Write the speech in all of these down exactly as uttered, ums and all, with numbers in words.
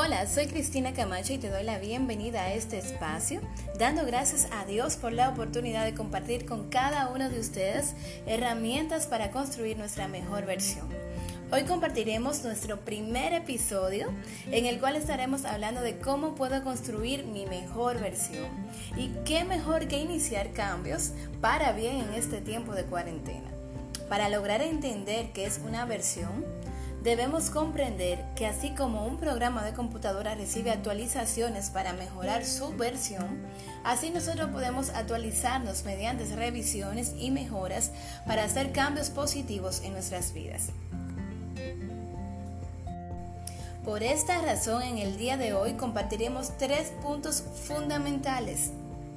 Hola, soy Cristina Camacho y te doy la bienvenida a este espacio, dando gracias a Dios por la oportunidad de compartir con cada uno de ustedes herramientas para construir nuestra mejor versión. Hoy compartiremos nuestro primer episodio en el cual estaremos hablando de cómo puedo construir mi mejor versión y qué mejor que iniciar cambios para bien en este tiempo de cuarentena. Para lograr entender qué es una versión, debemos comprender que así como un programa de computadora recibe actualizaciones para mejorar su versión, así nosotros podemos actualizarnos mediante revisiones y mejoras para hacer cambios positivos en nuestras vidas. Por esta razón, en el día de hoy compartiremos tres puntos fundamentales.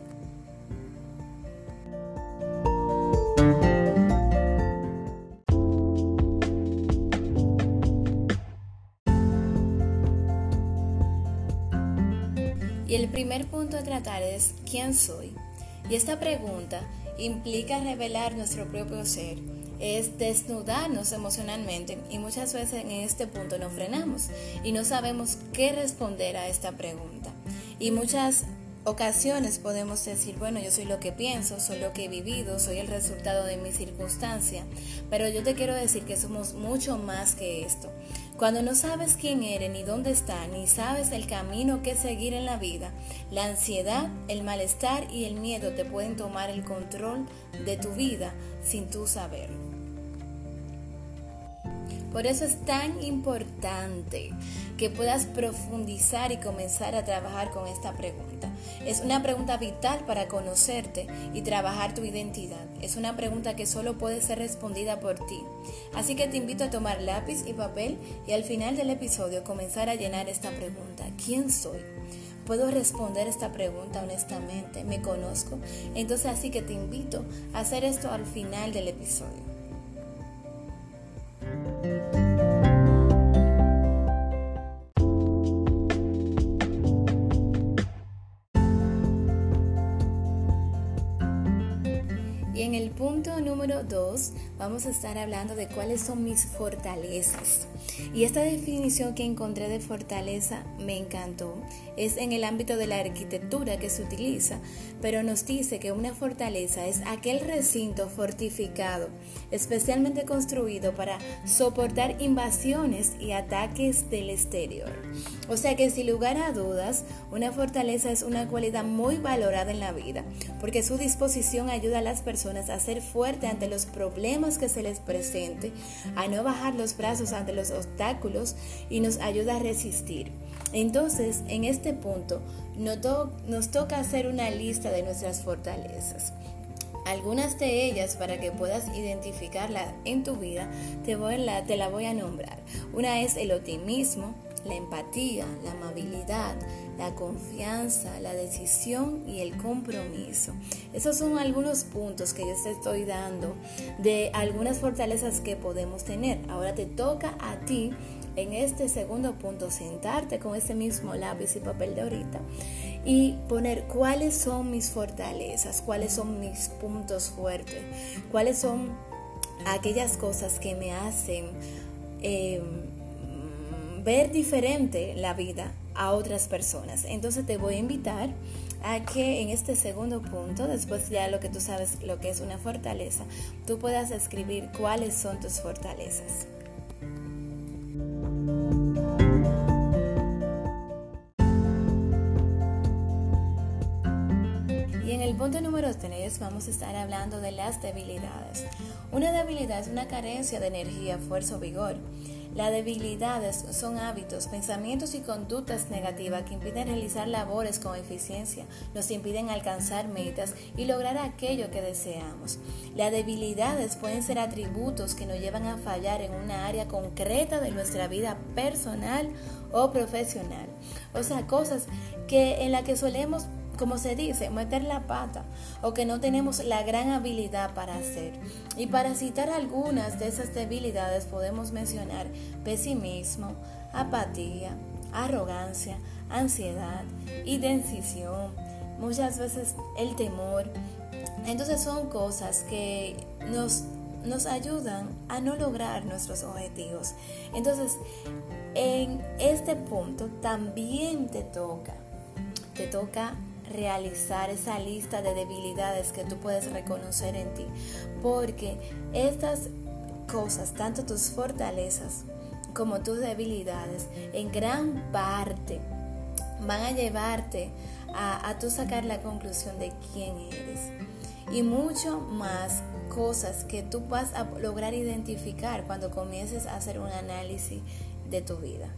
Y el primer punto a tratar es ¿quién soy? Y esta pregunta implica revelar nuestro propio ser, es desnudarnos emocionalmente y muchas veces en este punto nos frenamos y no sabemos qué responder a esta pregunta. Y muchas ocasiones podemos decir, bueno, yo soy lo que pienso, soy lo que he vivido, soy el resultado de mi circunstancia, pero yo te quiero decir que somos mucho más que esto. Cuando no sabes quién eres, ni dónde estás, ni sabes el camino que seguir en la vida, la ansiedad, el malestar y el miedo te pueden tomar el control de tu vida sin tú saberlo. Por eso es tan importante que puedas profundizar y comenzar a trabajar con esta pregunta. Es una pregunta vital para conocerte y trabajar tu identidad. Es una pregunta que solo puede ser respondida por ti. Así que te invito a tomar lápiz y papel y al final del episodio comenzar a llenar esta pregunta. ¿Quién soy? ¿Puedo responder esta pregunta honestamente? ¿Me conozco? Entonces así que te invito a hacer esto al final del episodio. Y en el punto número dos vamos a estar hablando de cuáles son mis fortalezas. Y esta definición que encontré de fortaleza me encantó. Es en el ámbito de la arquitectura que se utiliza, pero nos dice que una fortaleza es aquel recinto fortificado, especialmente construido para soportar invasiones y ataques del exterior. O sea que sin lugar a dudas, una fortaleza es una cualidad muy valorada en la vida, porque su disposición ayuda a las personas a ser fuertes ante los problemas que se les presente, a no bajar los brazos ante los obstáculos y nos ayuda a resistir. Entonces, en este punto, nos, to- nos toca hacer una lista de nuestras fortalezas. Algunas de ellas, para que puedas identificarla en tu vida, te, voy la, te la voy a nombrar. Una es el optimismo, la empatía, la amabilidad, la confianza, la decisión y el compromiso. Esos son algunos puntos que yo te estoy dando de algunas fortalezas que podemos tener. Ahora te toca a ti en este segundo punto sentarte con ese mismo lápiz y papel de ahorita y poner cuáles son mis fortalezas, cuáles son mis puntos fuertes, cuáles son aquellas cosas que me hacen eh, ver diferente la vida a otras personas. Entonces te voy a invitar a que en este segundo punto, después ya lo que tú sabes lo que es una fortaleza, tú puedas escribir cuáles son tus fortalezas. Y en el punto número tres vamos a estar hablando de las debilidades. Una debilidad es una carencia de energía, fuerza o vigor. Las debilidades son hábitos, pensamientos y conductas negativas que impiden realizar labores con eficiencia, nos impiden alcanzar metas y lograr aquello que deseamos. Las debilidades pueden ser atributos que nos llevan a fallar en una área concreta de nuestra vida personal o profesional. O sea, cosas que en las que solemos, como se dice, meter la pata o que no tenemos la gran habilidad para hacer. Y para citar algunas de esas debilidades podemos mencionar pesimismo, apatía, arrogancia, ansiedad, indecisión, muchas veces el temor. Entonces son cosas que nos, nos ayudan a no lograr nuestros objetivos. Entonces, en este punto también te toca, te toca realizar esa lista de debilidades que tú puedes reconocer en ti, porque estas cosas, tanto tus fortalezas como tus debilidades, en gran parte van a llevarte a, a tú sacar la conclusión de quién eres, y mucho más cosas que tú vas a lograr identificar cuando comiences a hacer un análisis de tu vida.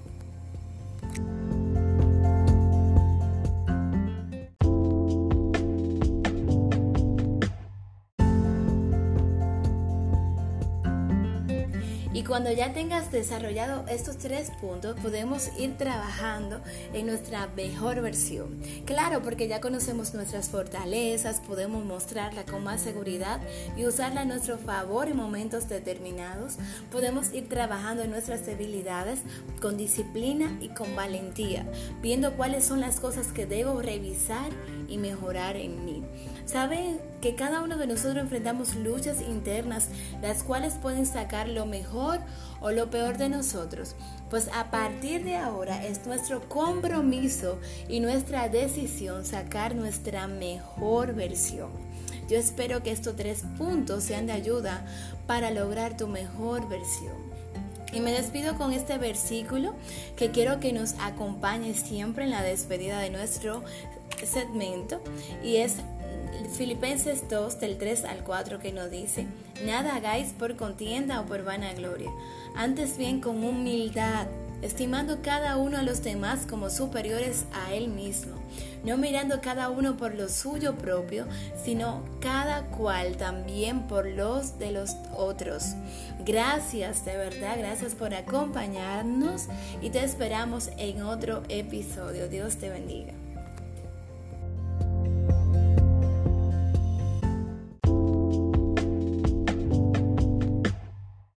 Y cuando ya tengas desarrollado estos tres puntos, podemos ir trabajando en nuestra mejor versión. Claro, porque ya conocemos nuestras fortalezas, podemos mostrarla con más seguridad y usarla a nuestro favor en momentos determinados. Podemos ir trabajando en nuestras debilidades con disciplina y con valentía, viendo cuáles son las cosas que debo revisar y mejorar en mí. Saben que cada uno de nosotros enfrentamos luchas internas, las cuales pueden sacar lo mejor o lo peor de nosotros. Pues a partir de ahora es nuestro compromiso y nuestra decisión sacar nuestra mejor versión. Yo espero que estos tres puntos sean de ayuda para lograr tu mejor versión. Y me despido con este versículo que quiero que nos acompañe siempre en la despedida de nuestro segmento, y es Filipenses dos del tres al cuatro, que nos dice: nada hagáis por contienda o por vanagloria, antes bien con humildad, estimando cada uno a los demás como superiores a él mismo, no mirando cada uno por lo suyo propio, sino cada cual también por los de los otros. Gracias, de verdad, gracias por acompañarnos y te esperamos en otro episodio. Dios te bendiga.